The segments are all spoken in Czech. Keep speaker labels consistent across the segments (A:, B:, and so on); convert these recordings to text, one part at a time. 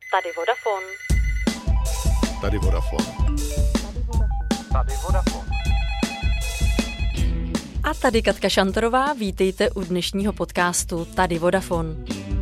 A: Tady Vodafone.
B: Tady Vodafone.
C: Tady Vodafone.
A: A tady Katka Šantorová, vítejte u dnešního podcastu Tady Vodafone.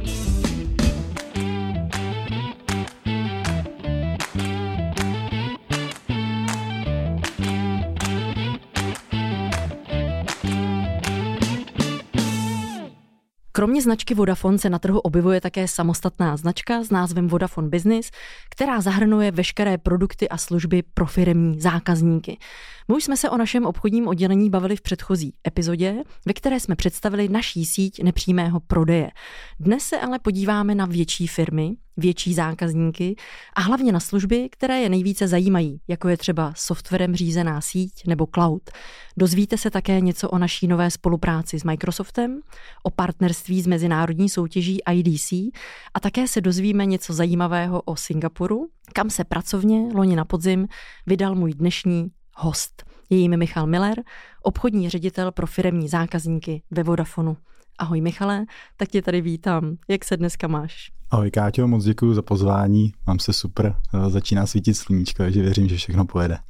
A: Kromě značky Vodafone se na trhu objevuje také samostatná značka s názvem Vodafone Business, která zahrnuje veškeré produkty a služby pro firemní zákazníky. My už jsme se o našem obchodním oddělení bavili v předchozí epizodě, ve které jsme představili naší síť nepřímého prodeje. Dnes se ale podíváme na větší firmy, větší zákazníky a hlavně na služby, které je nejvíce zajímají, jako je třeba softwarem řízená síť nebo cloud. Dozvíte se také něco o naší nové spolupráci s Microsoftem, o partnerství s mezinárodní soutěží IDC a také se dozvíme něco zajímavého o Singapuru, kam se pracovně loni na podzim vydal můj dnešní host. Je jím Michal Miller, obchodní ředitel pro firemní zákazníky ve Vodafonu. Ahoj Michale, tak tě tady vítám. Jak se dneska máš?
D: Ahoj Káťo, moc děkuji za pozvání. Mám se super, začíná svítit sluníčko, takže věřím, že všechno pojede.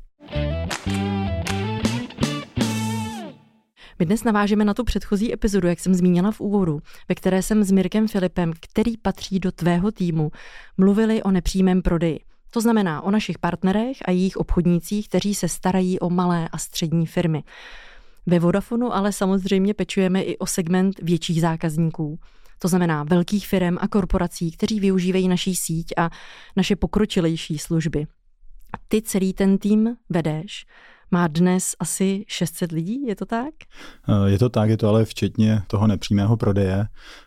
A: My dnes navážeme na tu předchozí epizodu, jak jsem zmínila v úvodu, ve které jsem s Mirkem Filipem, který patří do tvého týmu, mluvili o nepřímém prodeji. To znamená o našich partnerech a jejich obchodnících, kteří se starají o malé a střední firmy. Ve Vodafonu ale samozřejmě pečujeme i o segment větších zákazníků. To znamená velkých firem a korporací, kteří využívají naší síť a naše pokročilejší služby. A ty celý ten tým vedeš. Má dnes asi 600 lidí, je to tak?
D: Je to ale včetně toho nepřímého prodeje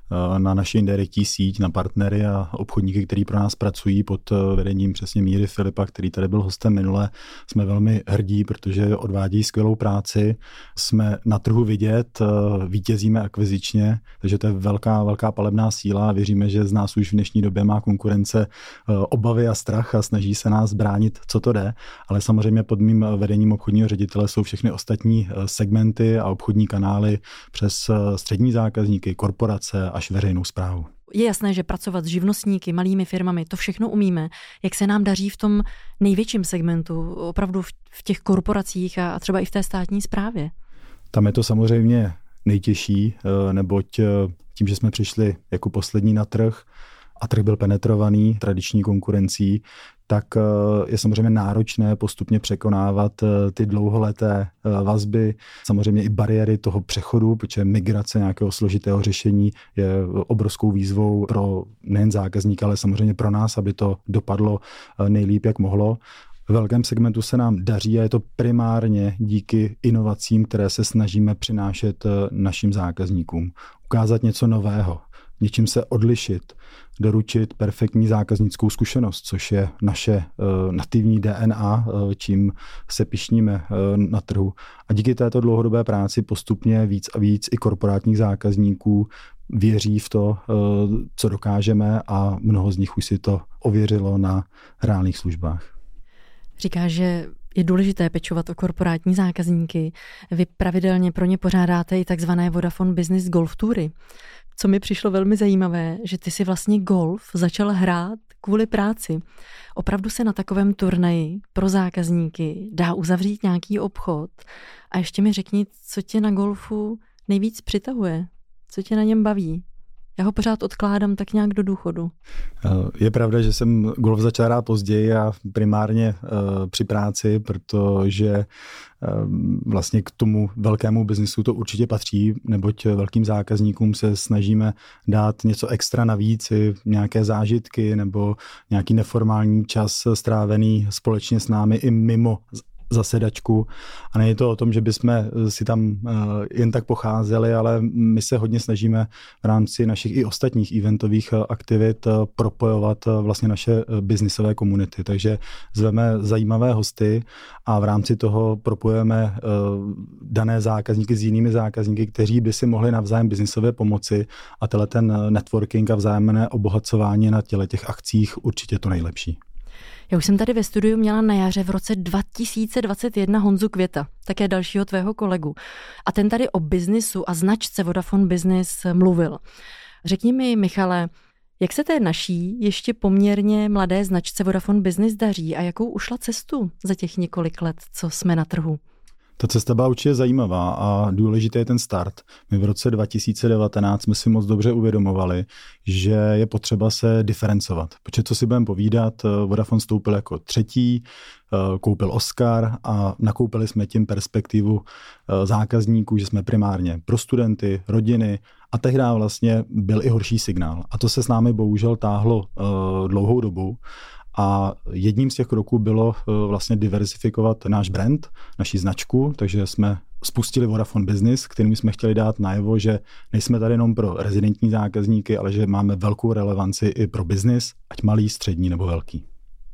D: na naši indirektní síť, na partnery a obchodníky, kteří pro nás pracují pod vedením přesně Míry Filipa, který tady byl hostem minule. Jsme velmi hrdí, protože odvádí skvělou práci. Jsme na trhu vidět, vítězíme akvizičně, takže to je velká palebná síla a věříme, že z nás už v dnešní době má konkurence obavy a strach a snaží se nás bránit, co to jde, ale samozřejmě pod mým vedením obchodního ředitele jsou všechny ostatní segmenty a obchodní kanály přes střední zákazníky, korporace až veřejnou správu.
A: Je jasné, že pracovat s živnostníky, malými firmami, to všechno umíme. Jak se nám daří v tom největším segmentu, opravdu v těch korporacích a třeba i v té státní správě?
D: Tam je to samozřejmě nejtěžší, neboť tím, že jsme přišli jako poslední na trh a trh byl penetrovaný tradiční konkurencí, tak je samozřejmě náročné postupně překonávat ty dlouholeté vazby, samozřejmě i bariéry toho přechodu, protože migrace nějakého složitého řešení je obrovskou výzvou pro nejen zákazníka, ale samozřejmě pro nás, aby to dopadlo nejlíp, jak mohlo. V velkém segmentu se nám daří a je to primárně díky inovacím, které se snažíme přinášet našim zákazníkům. Ukázat něco nového, něčím se odlišit, doručit perfektní zákaznickou zkušenost, což je naše nativní DNA, čím se pyšníme na trhu. A díky této dlouhodobé práci postupně víc a víc i korporátních zákazníků věří v to, co dokážeme a mnoho z nich už si to ověřilo na reálných službách.
A: Říkáš, že je důležité pečovat o korporátní zákazníky. Vy pravidelně pro ně pořádáte i takzvané Vodafone Business Golf Toury. Co mi přišlo velmi zajímavé, že ty si vlastně golf začal hrát kvůli práci. Opravdu se na takovém turnaji pro zákazníky dá uzavřít nějaký obchod. A ještě mi řekni, co tě na golfu nejvíc přitahuje, co tě na něm baví. Já ho pořád odkládám tak nějak do důchodu.
D: Je pravda, že jsem golf začal hrát později a primárně při práci, protože vlastně k tomu velkému biznisu to určitě patří, neboť velkým zákazníkům se snažíme dát něco extra navíc, nějaké zážitky nebo nějaký neformální čas strávený společně s námi i mimo zasedačku. A není to o tom, že bychom si tam jen tak pocházeli, ale my se hodně snažíme v rámci našich i ostatních eventových aktivit propojovat vlastně naše biznisové komunity. Takže zveme zajímavé hosty a v rámci toho propojujeme dané zákazníky s jinými zákazníky, kteří by si mohli navzájem biznisově pomoci a ten networking a vzájemné obohacování na těch akcích určitě to nejlepší.
A: Já už jsem tady ve studiu měla na jaře v roce 2021 Honzu Květa, také dalšího tvého kolegu. A ten tady o biznisu a značce Vodafone Business mluvil. Řekni mi, Michale, Jak se té naší, ještě poměrně mladé značce Vodafone Business daří a jakou ušla cestu za těch několik let, co jsme na trhu?
D: Ta cesta byla určitě zajímavá a důležitý je ten start. My v roce 2019 jsme si moc dobře uvědomovali, že je potřeba se diferencovat. Protože co si budeme povídat, Vodafone vstoupil jako třetí, koupil Oscar a nakoupili jsme tím perspektivu zákazníků, že jsme primárně pro studenty, rodiny a tehdy vlastně byl i horší signál. A to se s námi bohužel táhlo dlouhou dobu. A jedním z těch kroků bylo vlastně diversifikovat náš brand, naši značku, takže jsme spustili Vodafone Business, kterým jsme chtěli dát najevo, že nejsme tady jenom pro rezidentní zákazníky, ale že máme velkou relevanci i pro business, ať malý, střední nebo velký.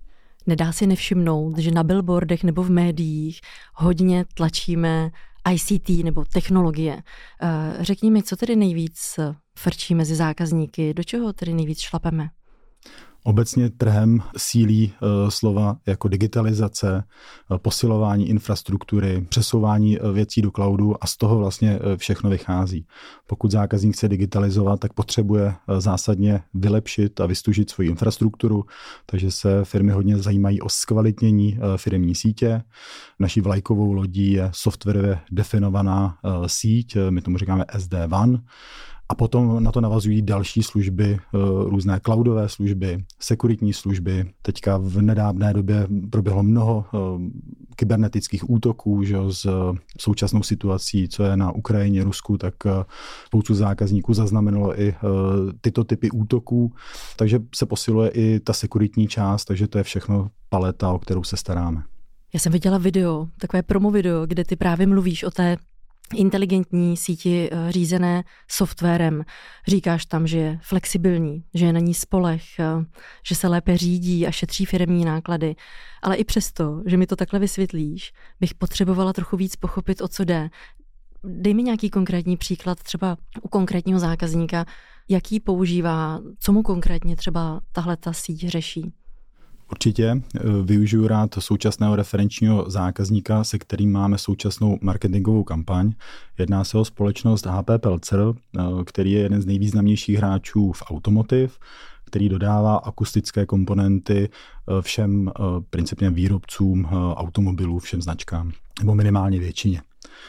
A: Nedá si nevšimnout, že na billboardech nebo v médiích hodně tlačíme ICT nebo technologie. Řekni mi, co tedy nejvíc frčí mezi zákazníky, do čeho tedy nejvíc šlapeme?
D: Obecně trhem sílí slova jako digitalizace, posilování infrastruktury, přesouvání věcí do cloudu a z toho vlastně všechno vychází. Pokud zákazník chce digitalizovat, tak potřebuje zásadně vylepšit a vystužit svoji infrastrukturu, takže se firmy hodně zajímají o zkvalitnění firemní sítě. Naší vlajkovou lodí je softwarově definovaná síť, my tomu říkáme SD-WAN. A potom na to navazují další služby, různé cloudové služby, sekuritní služby. Teďka v nedávné době proběhlo mnoho kybernetických útoků, že s současnou situací, co je na Ukrajině, Rusku, tak spoustu zákazníků zaznamenalo i tyto typy útoků. Takže se posiluje i ta sekuritní část, takže to je všechno paleta, o kterou se staráme.
A: Já jsem viděla video, takové promo video, kde ty právě mluvíš o té inteligentní síti řízené softwarem. Říkáš tam, že je flexibilní, že je na ní spoleh, že se lépe řídí a šetří firemní náklady. Ale i přesto, že mi to takhle vysvětlíš, bych potřebovala trochu víc pochopit, o co jde. Dej mi nějaký konkrétní příklad třeba u konkrétního zákazníka, jaký používá, co mu konkrétně třeba tahle ta síť řeší.
D: Určitě využiju rád současného referenčního zákazníka, se kterým máme současnou marketingovou kampaň. Jedná se o společnost HP Pelzer, který je jeden z nejvýznamnějších hráčů v automotive, který dodává akustické komponenty všem principně výrobcům automobilů, všem značkám, nebo minimálně většině.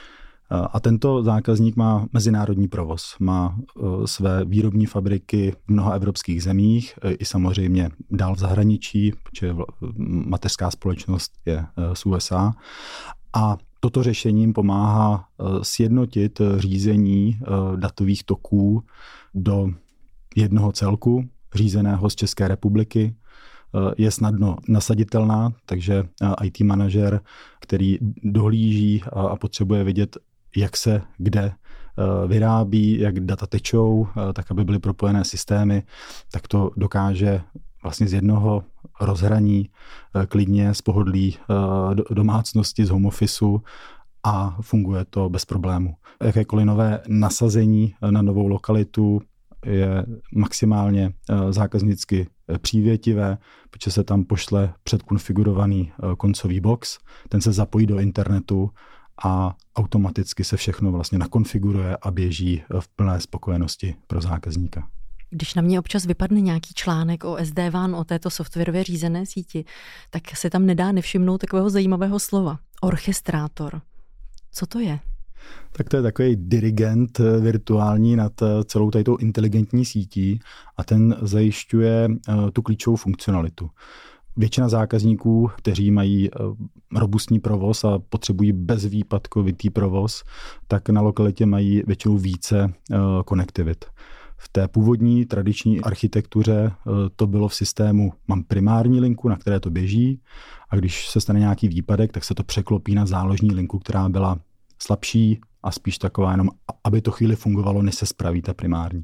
D: A tento zákazník má mezinárodní provoz, má své výrobní fabriky v mnoha evropských zemích i samozřejmě dál v zahraničí, protože mateřská společnost je z USA. A toto řešením pomáhá sjednotit řízení datových toků do jednoho celku, řízeného z České republiky. Je snadno nasaditelná, takže IT manažer, který dohlíží a potřebuje vidět, jak se kde vyrábí, jak data tečou, tak aby byly propojené systémy, tak to dokáže vlastně z jednoho rozhraní klidně z pohodlí domácnosti, z home officeu a funguje to bez problému. Jakékoliv nové nasazení na novou lokalitu je maximálně zákaznicky přívětivé, protože se tam pošle předkonfigurovaný koncový box, ten se zapojí do internetu a automaticky se všechno vlastně nakonfiguruje a běží v plné spokojenosti pro zákazníka.
A: Když na mě občas vypadne nějaký článek o SD-WAN, o této softwarově řízené síti, tak se tam nedá nevšimnout takového zajímavého slova. Orchestrátor. Co to je?
D: Tak to je takový dirigent virtuální nad celou tato inteligentní sítí a ten zajišťuje tu klíčovou funkcionalitu. Většina zákazníků, kteří mají robustní provoz a potřebují bezvýpadkovitý provoz, tak na lokalitě mají většinou více konektivit. V té původní tradiční architektuře to bylo v systému, mám primární linku, na které to běží a když se stane nějaký výpadek, tak se to překlopí na záložní linku, která byla slabší a spíš taková jenom, aby to chvíli fungovalo, než se spraví ta primární.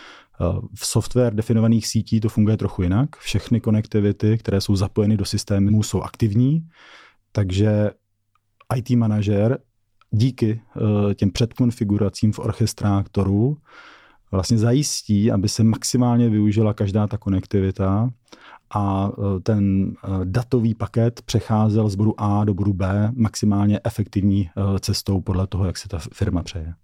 D: V software definovaných sítí to funguje trochu jinak. Všechny konektivity, které jsou zapojeny do systému, jsou aktivní, takže IT manažer díky těm předkonfiguracím v orchestrátoru vlastně zajistí, aby se maximálně využila každá ta konektivita a ten datový paket přecházel z bodu A do bodu B maximálně efektivní cestou podle toho, jak se ta firma přeje.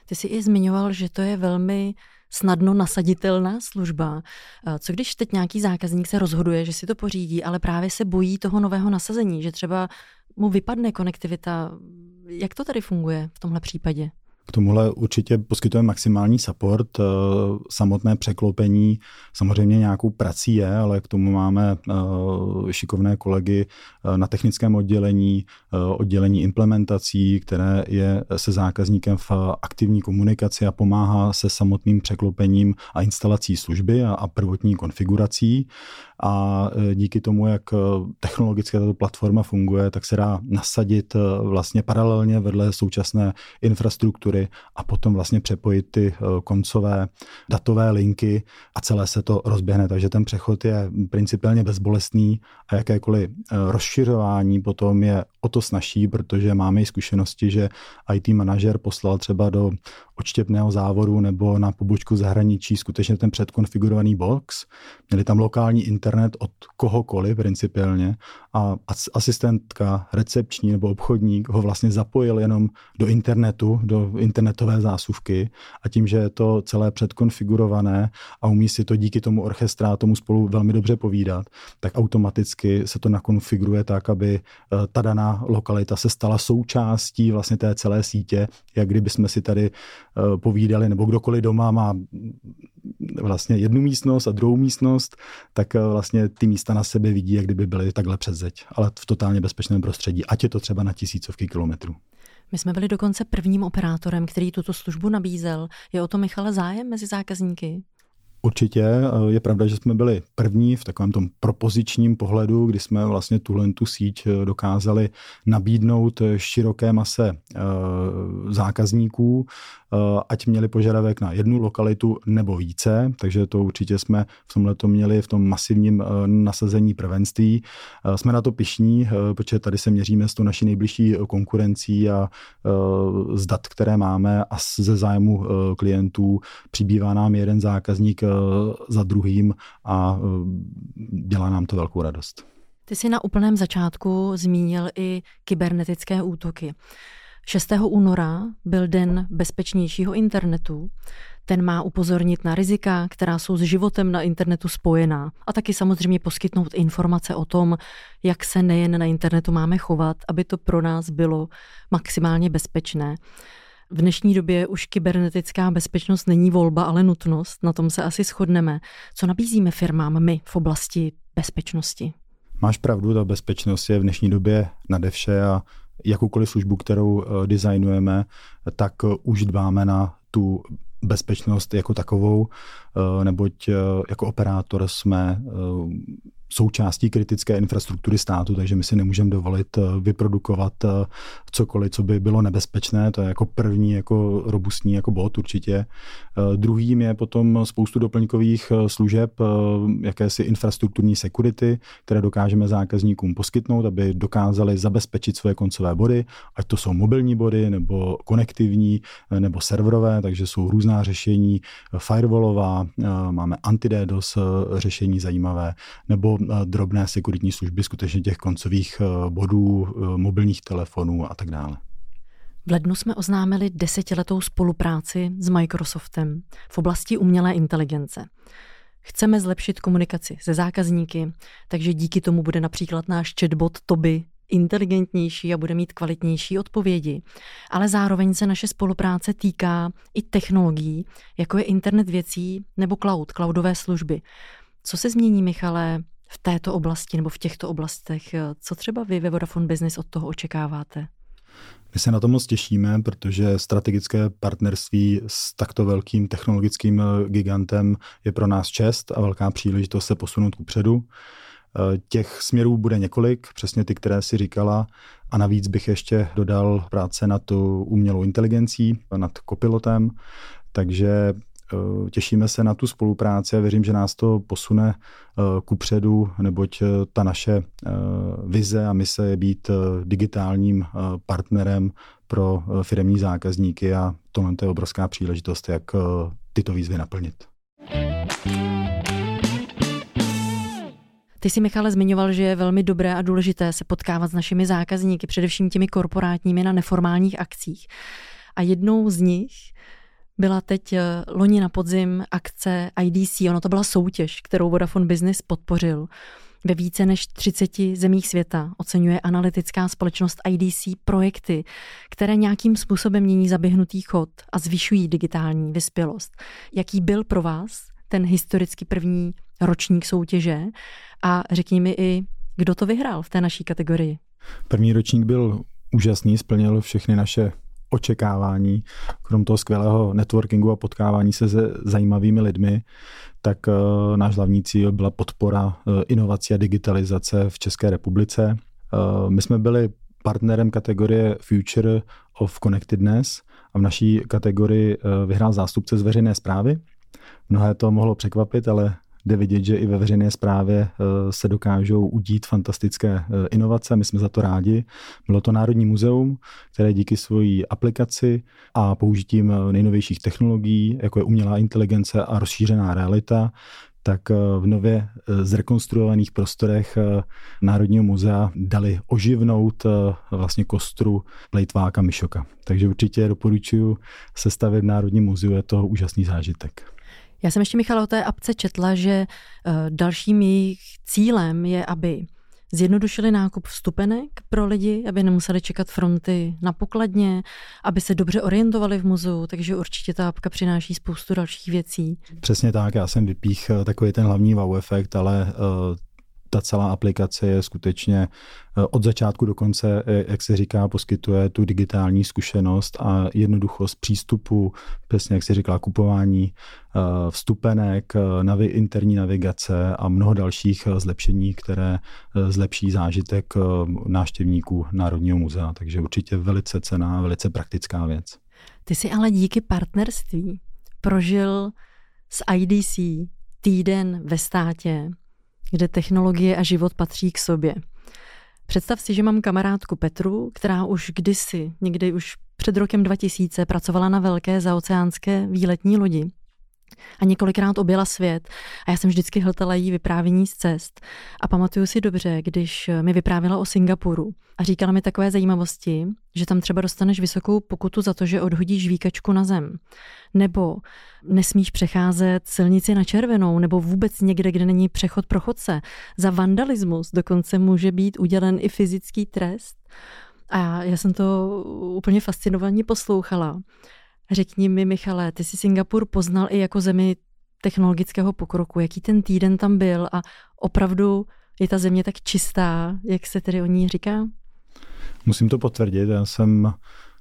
A: Ty jsi i zmiňoval, že to je velmi snadno nasaditelná služba. Co když teď nějaký zákazník se rozhoduje, že si to pořídí, ale právě se bojí toho nového nasazení, že třeba mu vypadne konektivita? Jak to tady funguje v tomhle případě?
D: K tomuhle určitě poskytujeme maximální support. Samotné překloupení samozřejmě nějakou prací je, ale k tomu máme šikovné kolegy na technickém oddělení, oddělení implementací, které je se zákazníkem v aktivní komunikaci a pomáhá se samotným překlopením a instalací služby a prvotní konfigurací. A díky tomu, jak technologicky tato platforma funguje, tak se dá nasadit vlastně paralelně vedle současné infrastruktury a potom vlastně přepojit ty koncové datové linky a celé se to rozběhne. Takže ten přechod je principiálně bezbolestný a jakékoliv rozšiřování potom je o to snazší, protože máme i zkušenosti, že IT manažer poslal třeba do odštěpného závodu nebo na pobočku zahraničí skutečně ten předkonfigurovaný box. Měli tam lokální internet od kohokoliv principiálně a asistentka, recepční nebo obchodník ho vlastně zapojil jenom do internetu, do internetové zásuvky a tím, že je to celé předkonfigurované a umí si to díky tomu orchestrátomu spolu velmi dobře povídat, tak automaticky se to nakonfiguruje tak, aby ta daná lokalita se stala součástí vlastně té celé sítě, jak kdyby jsme si tady povídali, nebo kdokoliv doma má vlastně jednu místnost a druhou místnost, tak vlastně ty místa na sebe vidí, jak kdyby byly takhle přes zeď, ale v totálně bezpečném prostředí, ať je to třeba na tisícovky kilometrů.
A: My jsme byli dokonce prvním operátorem, který tuto službu nabízel. Je o to, Michale, zájem mezi zákazníky?
D: Určitě. Je pravda, že jsme byli první v takovém tom propozičním pohledu, kdy jsme vlastně tu síť dokázali nabídnout široké mase zákazníků, ať měli požadavek na jednu lokalitu nebo více, takže to určitě jsme v tomhleto měli v tom masivním nasazení prvenství. Jsme na to pyšní, protože tady se měříme s tou naší nejbližší konkurencí a z dat, které máme a ze zájmu klientů přibývá nám jeden zákazník za druhým a dělá nám to velkou radost.
A: Ty jsi na úplném začátku zmínil i kybernetické útoky. 6. února byl Den bezpečnějšího internetu. Ten má upozornit na rizika, která jsou s životem na internetu spojená a taky samozřejmě poskytnout informace o tom, jak se nejen na internetu máme chovat, aby to pro nás bylo maximálně bezpečné. V dnešní době už kybernetická bezpečnost není volba, ale nutnost. Na tom se asi shodneme. Co nabízíme firmám my v oblasti bezpečnosti?
D: Máš pravdu, ta bezpečnost je v dnešní době nade vše a jakoukoliv službu, kterou designujeme, tak už dbáme na tu bezpečnost jako takovou, neboť jako operátor jsme součástí kritické infrastruktury státu, takže my si nemůžeme dovolit vyprodukovat cokoliv, co by bylo nebezpečné. To je jako první jako robustní jako bod určitě. Druhým je potom spoustu doplňkových služeb, jakési infrastrukturní security, které dokážeme zákazníkům poskytnout, aby dokázali zabezpečit své koncové body, ať to jsou mobilní body, nebo konektivní, nebo serverové, takže jsou různá řešení, firewallová, máme anti-DDoS řešení zajímavé, nebo drobné sekuritní služby skutečně těch koncových bodů, mobilních telefonů a tak dále.
A: V lednu jsme oznámili 10letou spolupráci s Microsoftem v oblasti umělé inteligence. Chceme zlepšit komunikaci se zákazníky, takže díky tomu bude například náš chatbot Toby inteligentnější a bude mít kvalitnější odpovědi. Ale zároveň se naše spolupráce týká i technologií, jako je internet věcí nebo cloudové služby. Co se změní, Michale, v této oblasti nebo v těchto oblastech? Co třeba vy ve Vodafone Business od toho očekáváte?
D: My se na to moc těšíme, protože strategické partnerství s takto velkým technologickým gigantem je pro nás čest a velká příležitost se posunout kupředu. Těch směrů bude několik, přesně ty, které si říkala, a navíc bych ještě dodal práce nad tu umělou inteligencí, nad copilotem, takže těšíme se na tu spolupráci a věřím, že nás to posune kupředu, neboť ta naše vize a mise je být digitálním partnerem pro firemní zákazníky a tohle je obrovská příležitost, jak tyto výzvy naplnit.
A: Ty jsi, Michale, zmiňoval, že je velmi dobré a důležité se potkávat s našimi zákazníky, především těmi korporátními na neformálních akcích. A jednou z nich Byla teď loni na podzim akce IDC, ono to byla soutěž, kterou Vodafone Business podpořil. Ve více než 30 zemích světa oceňuje analytická společnost IDC projekty, které nějakým způsobem mění zaběhnutý chod a zvyšují digitální vyspělost. Jaký byl pro vás ten historicky první ročník soutěže a řekni mi i, kdo to vyhrál v té naší kategorii?
D: První ročník byl úžasný, splnil všechny naše očekávání. Krom toho skvělého networkingu a potkávání se se zajímavými lidmi, tak náš hlavní cíl byla podpora inovací a digitalizace v České republice. My jsme byli partnerem kategorie Future of Connectedness a v naší kategorii vyhrál zástupce z veřejné správy. Mnohé to mohlo překvapit, ale jde vidět, že i ve veřejné správě se dokážou udít fantastické inovace. My jsme za to rádi. Bylo to Národní muzeum, které díky svojí aplikaci a použitím nejnovějších technologií, jako je umělá inteligence a rozšířená realita, tak v nově zrekonstruovaných prostorech Národního muzea dali oživnout vlastně kostru plejtváka Mišoka. Takže určitě doporučuji sestavit v Národním muzeu, je to úžasný zážitek.
A: Já jsem ještě, Michale, o té apce četla, že dalším jejich cílem je, aby zjednodušili nákup vstupenek pro lidi, aby nemuseli čekat fronty na pokladně, aby se dobře orientovali v muzeu, takže určitě ta apka přináší spoustu dalších věcí.
D: Přesně tak, já jsem vypích takový ten hlavní wow efekt, ale ta celá aplikace je skutečně od začátku do konce, jak se říká, poskytuje tu digitální zkušenost a jednoduchost přístupu, přesně jak se říká, kupování vstupenek, interní navigace a mnoho dalších zlepšení, které zlepší zážitek návštěvníků Národního muzea. Takže určitě velice cenná, velice praktická věc.
A: Ty jsi ale díky partnerství prožil s IDC týden ve státě, kde technologie a život patří k sobě. Představ si, že mám kamarádku Petru, která už kdysi, někdy už před rokem 2000, pracovala na velké zaoceánské výletní lodi a několikrát objela svět a já jsem vždycky hltala jí vyprávění z cest a pamatuju si dobře, když mi vyprávěla o Singapuru a říkala mi takové zajímavosti, že tam třeba dostaneš vysokou pokutu za to, že odhodíš žvíkačku na zem, nebo nesmíš přecházet silnici na červenou, nebo vůbec někde, kde není přechod pro chodce. Za vandalismus dokonce může být udělen i fyzický trest. A já jsem to úplně fascinovaně poslouchala. Řekni mi, Michale, ty jsi Singapur poznal i jako zemi technologického pokroku. Jaký ten týden tam byl a opravdu je ta země tak čistá, jak se tedy o ní říká?
D: Musím to potvrdit, já jsem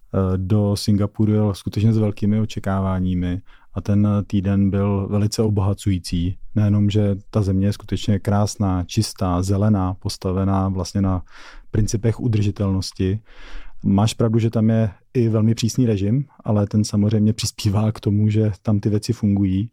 D: do Singapuru jel skutečně s velkými očekáváními a ten týden byl velice obohacující. Nejenom, že ta země je skutečně krásná, čistá, zelená, postavená vlastně na principech udržitelnosti. Máš pravdu, že tam je i velmi přísný režim, ale ten samozřejmě přispívá k tomu, že tam ty věci fungují.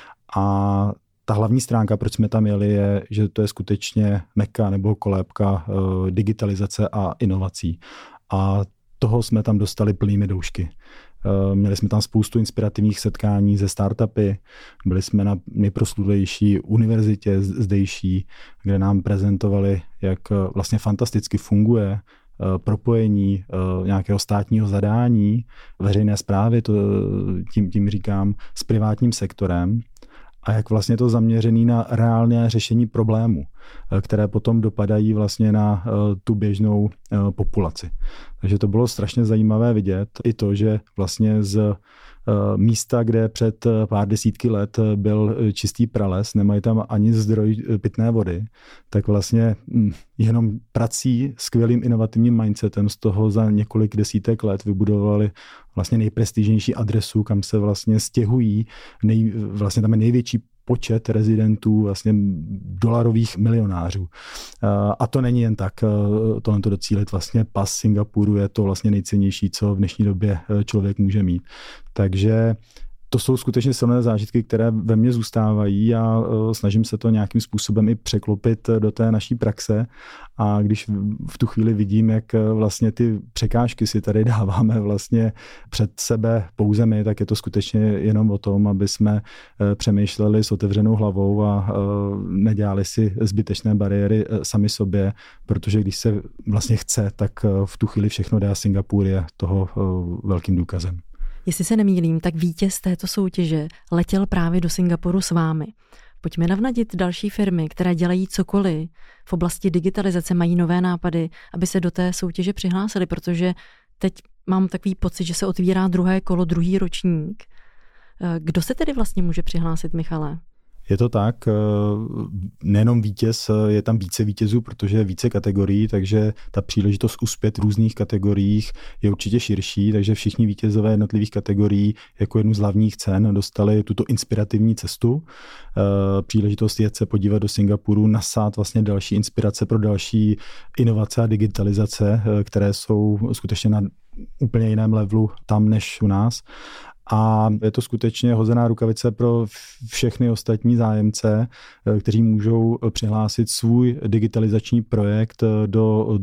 D: A ta hlavní stránka, proč jsme tam jeli, je, že to je skutečně meka nebo kolébka digitalizace a inovací. A toho jsme tam dostali plnými doušky. Měli jsme tam spoustu inspirativních setkání ze startupy, byli jsme na nejproslulejší univerzitě zdejší, kde nám prezentovali, jak vlastně fantasticky funguje propojení nějakého státního zadání, veřejné správy, tím říkám, s privátním sektorem a jak vlastně to zaměřený na reálné řešení problémů, které potom dopadají vlastně na tu běžnou populaci. Takže to bylo strašně zajímavé vidět. I to, že vlastně z místa, kde před pár desítky let byl čistý prales, nemají tam ani zdroj pitné vody, tak vlastně jenom prací, skvělým inovativním mindsetem z toho za několik desítek let vybudovali vlastně nejprestižnější adresu, kam se vlastně stěhují, vlastně tam je největší počet rezidentů, vlastně dolarových milionářů. A to není jen tak tohle docílit. Vlastně pas Singapuru je to vlastně nejcennější, co v dnešní době člověk může mít. Takže to jsou skutečně silné zážitky, které ve mně zůstávají a snažím se to nějakým způsobem i překlopit do té naší praxe. A když v tu chvíli vidím, jak vlastně ty překážky si tady dáváme vlastně před sebe pouze my, tak je to skutečně jenom o tom, aby jsme přemýšleli s otevřenou hlavou a nedělali si zbytečné bariéry sami sobě, protože když se vlastně chce, tak v tu chvíli všechno dá. Singapur je toho velkým důkazem.
A: Jestli se nemýlím, tak vítěz této soutěže letěl právě do Singapuru s vámi. Pojďme navnadit další firmy, které dělají cokoliv v oblasti digitalizace, mají nové nápady, aby se do té soutěže přihlásili, protože teď mám takový pocit, že se otvírá druhé kolo, druhý ročník. Kdo se tedy vlastně může přihlásit, Michale?
D: Je to tak, nejenom vítěz, je tam více vítězů, protože je více kategorií, takže ta příležitost uspět v různých kategoriích je určitě širší, takže všichni vítězové jednotlivých kategorií jako jednu z hlavních cen dostali tuto inspirativní cestu. Příležitost je se podívat do Singapuru, nasát vlastně další inspirace pro další inovace a digitalizace, které jsou skutečně na úplně jiném levelu tam než u nás. A je to skutečně hozená rukavice pro všechny ostatní zájemce, kteří můžou přihlásit svůj digitalizační projekt do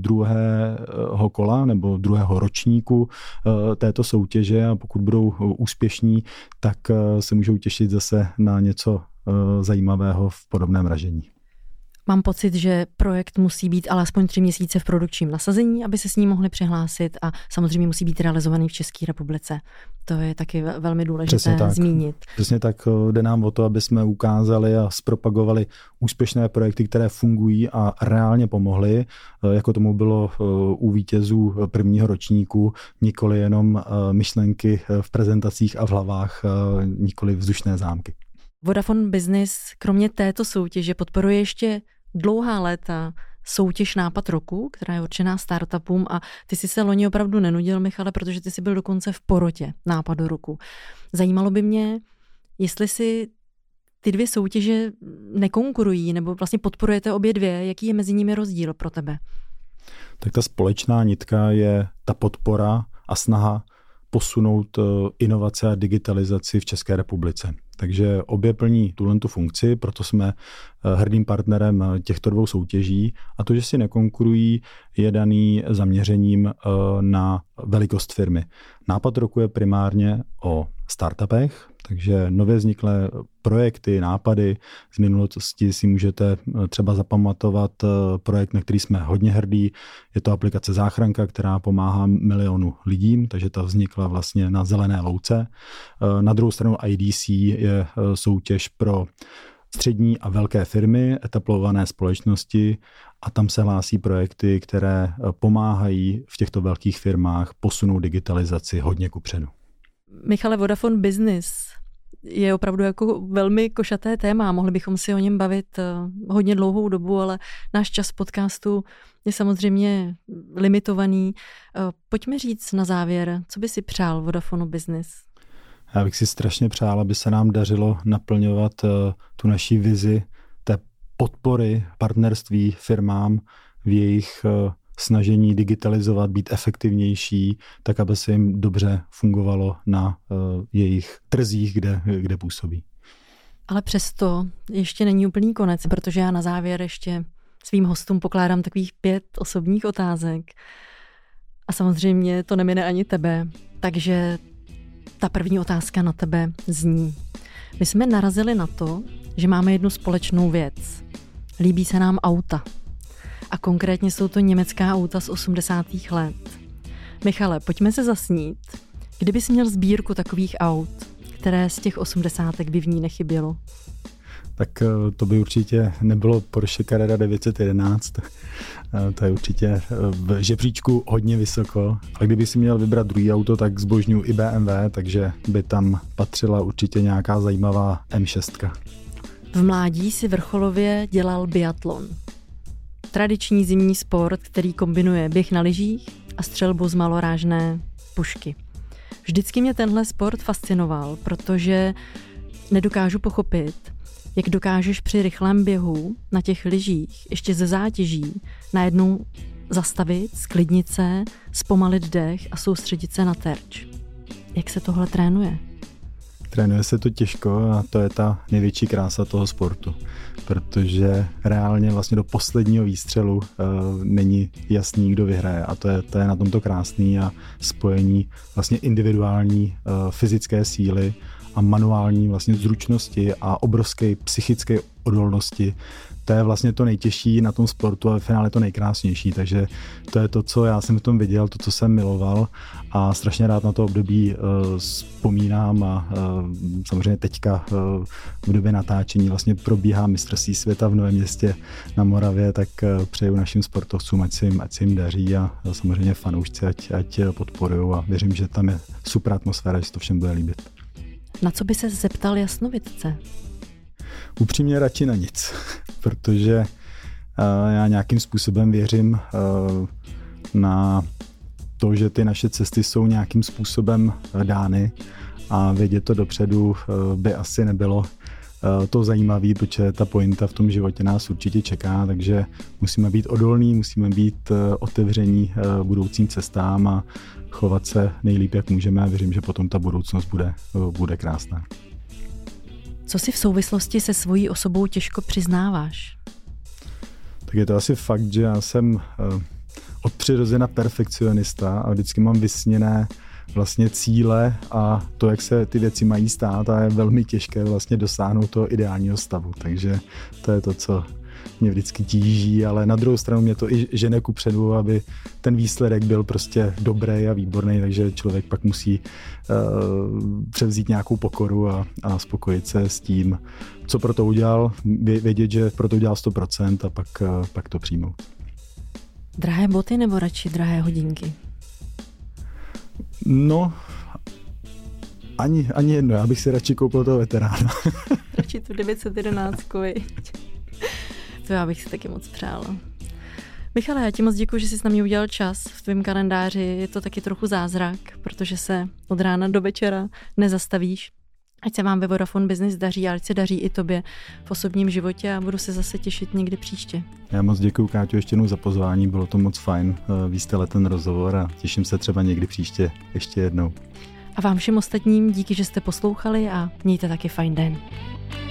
D: druhého kola nebo druhého ročníku této soutěže a pokud budou úspěšní, tak se můžou těšit zase na něco zajímavého v podobném ražení.
A: Mám pocit, že projekt musí být alespoň 3 měsíce v produkčním nasazení, aby se s ním mohli přihlásit a samozřejmě musí být realizovaný v České republice. To je taky velmi důležité zmínit.
D: Přesně tak, jde nám o to, aby jsme ukázali a zpropagovali úspěšné projekty, které fungují a reálně pomohly, jako tomu bylo u vítězů prvního ročníku, nikoli jenom myšlenky v prezentacích a v hlavách, nikoli vzdušné zámky.
A: Vodafone Business kromě této soutěže podporuje ještě dlouhá léta soutěž Nápad roku, která je určená startupům a ty jsi se loni opravdu nenudil, Michale, protože ty jsi byl dokonce v porotě Nápadu roku. Zajímalo by mě, jestli si ty dvě soutěže nekonkurují nebo vlastně podporujete obě dvě, jaký je mezi nimi rozdíl pro tebe?
D: Tak ta společná nitka je ta podpora a snaha posunout inovace a digitalizaci v České republice. Takže obě plní tu funkci, proto jsme hrdým partnerem těchto dvou soutěží a to, že si nekonkurují, je daný zaměřením na velikost firmy. Nápad roku je primárně o startupech, takže nově vzniklé projekty, nápady z minulosti si můžete třeba zapamatovat projekt, na který jsme hodně hrdí. Je to aplikace Záchranka, která pomáhá milionu lidím, takže ta vznikla vlastně na zelené louce. Na druhou stranu IDC je soutěž pro střední a velké firmy, etablované společnosti a tam se hlásí projekty, které pomáhají v těchto velkých firmách posunout digitalizaci hodně kupředu.
A: Michale, Vodafone Business je opravdu jako velmi košaté téma. Mohli bychom si o něm bavit hodně dlouhou dobu, ale náš čas podcastu je samozřejmě limitovaný. Pojďme říct na závěr, co by si přál Vodafone Business?
D: Já bych si strašně přál, aby se nám dařilo naplňovat tu naší vizi té podpory partnerství firmám v jejich snažení digitalizovat, být efektivnější, tak aby se jim dobře fungovalo na jejich trzích, kde působí.
A: Ale přesto ještě není úplný konec, protože já na závěr ještě svým hostům pokládám takových 5 osobních otázek. A samozřejmě to nemine ani tebe. Takže ta první otázka na tebe zní. My jsme narazili na to, že máme jednu společnou věc. Líbí se nám auta. A konkrétně jsou to německá auta z 80. let. Michale, pojďme se zasnít. Kdybys měl sbírku takových aut, které z těch 80. by v ní nechybělo?
D: Tak to by určitě nebylo Porsche Carrera 911. To je určitě v žebříčku hodně vysoko. Ale kdyby si měl vybrat druhý auto, tak zbožňuji i BMW, takže by tam patřila určitě nějaká zajímavá M6.
A: V mládí si vrcholově dělal biatlon. Tradiční zimní sport, který kombinuje běh na lyžích a střelbu z malorážné pušky. Vždycky mě tenhle sport fascinoval, protože nedokážu pochopit, jak dokážeš při rychlém běhu na těch lyžích ještě ze zátěží najednou zastavit, sklidnit se, zpomalit dech a soustředit se na terč. Jak se tohle trénuje?
D: Trénuje se to těžko a to je ta největší krása toho sportu, protože reálně vlastně do posledního výstřelu není jasný, kdo vyhraje a to je na tomto krásný a spojení vlastně individuální fyzické síly a manuální vlastně zručnosti a obrovské psychické odolnosti, to je vlastně to nejtěžší na tom sportu a ve finále to nejkrásnější, takže to je to, co já jsem v tom viděl, to, co jsem miloval a strašně rád na to období vzpomínám a samozřejmě teďka v době natáčení vlastně probíhá mistrovství světa v Novém Městě na Moravě, tak přeju našim sportovcům, ať se jim daří a samozřejmě fanoušci, ať podporujou a věřím, že tam je super atmosféra, že se to všem bude líbit.
A: Na co by se zeptal jasnovidce?
D: Upřímně radši na nic, protože já nějakým způsobem věřím na to, že ty naše cesty jsou nějakým způsobem dány a vědět to dopředu by asi nebylo to zajímavé, protože ta pointa v tom životě nás určitě čeká, takže musíme být odolní, musíme být otevření budoucím cestám a chovat se nejlíp, jak můžeme a věřím, že potom ta budoucnost bude krásná.
A: Co si v souvislosti se svojí osobou těžko přiznáváš?
D: Tak je to asi fakt, že já jsem od přirozena perfekcionista a vždycky mám vysněné vlastně cíle a to, jak se ty věci mají stát a je velmi těžké vlastně dosáhnout toho ideálního stavu. Takže to je to, co mě vždycky tíží, ale na druhou stranu mě to i žene kupředu, aby ten výsledek byl prostě dobrý a výborný, takže člověk pak musí převzít nějakou pokoru a spokojit se s tím, co pro to udělal, vědět, že pro to udělal 100% a pak to přijmout.
A: Drahé boty nebo radši drahé hodinky?
D: No, ani jedno, já bych si radši koupil toho veterána.
A: Radši tu 911, to já bych si taky moc přála. Michale, já ti moc děkuji, že jsi na mě udělal čas v tvém kalendáři. Je to taky trochu zázrak, protože se od rána do večera nezastavíš. Ať se vám ve Vodafone Business daří, a ať se daří i tobě v osobním životě a budu se zase těšit někdy příště.
D: Já moc děkuji, Káťo, ještě jednou za pozvání, bylo to moc fajn. Víc jste ten rozhovor a těším se třeba někdy příště ještě jednou.
A: A vám všem ostatním díky, že jste poslouchali a mějte taky fajn den.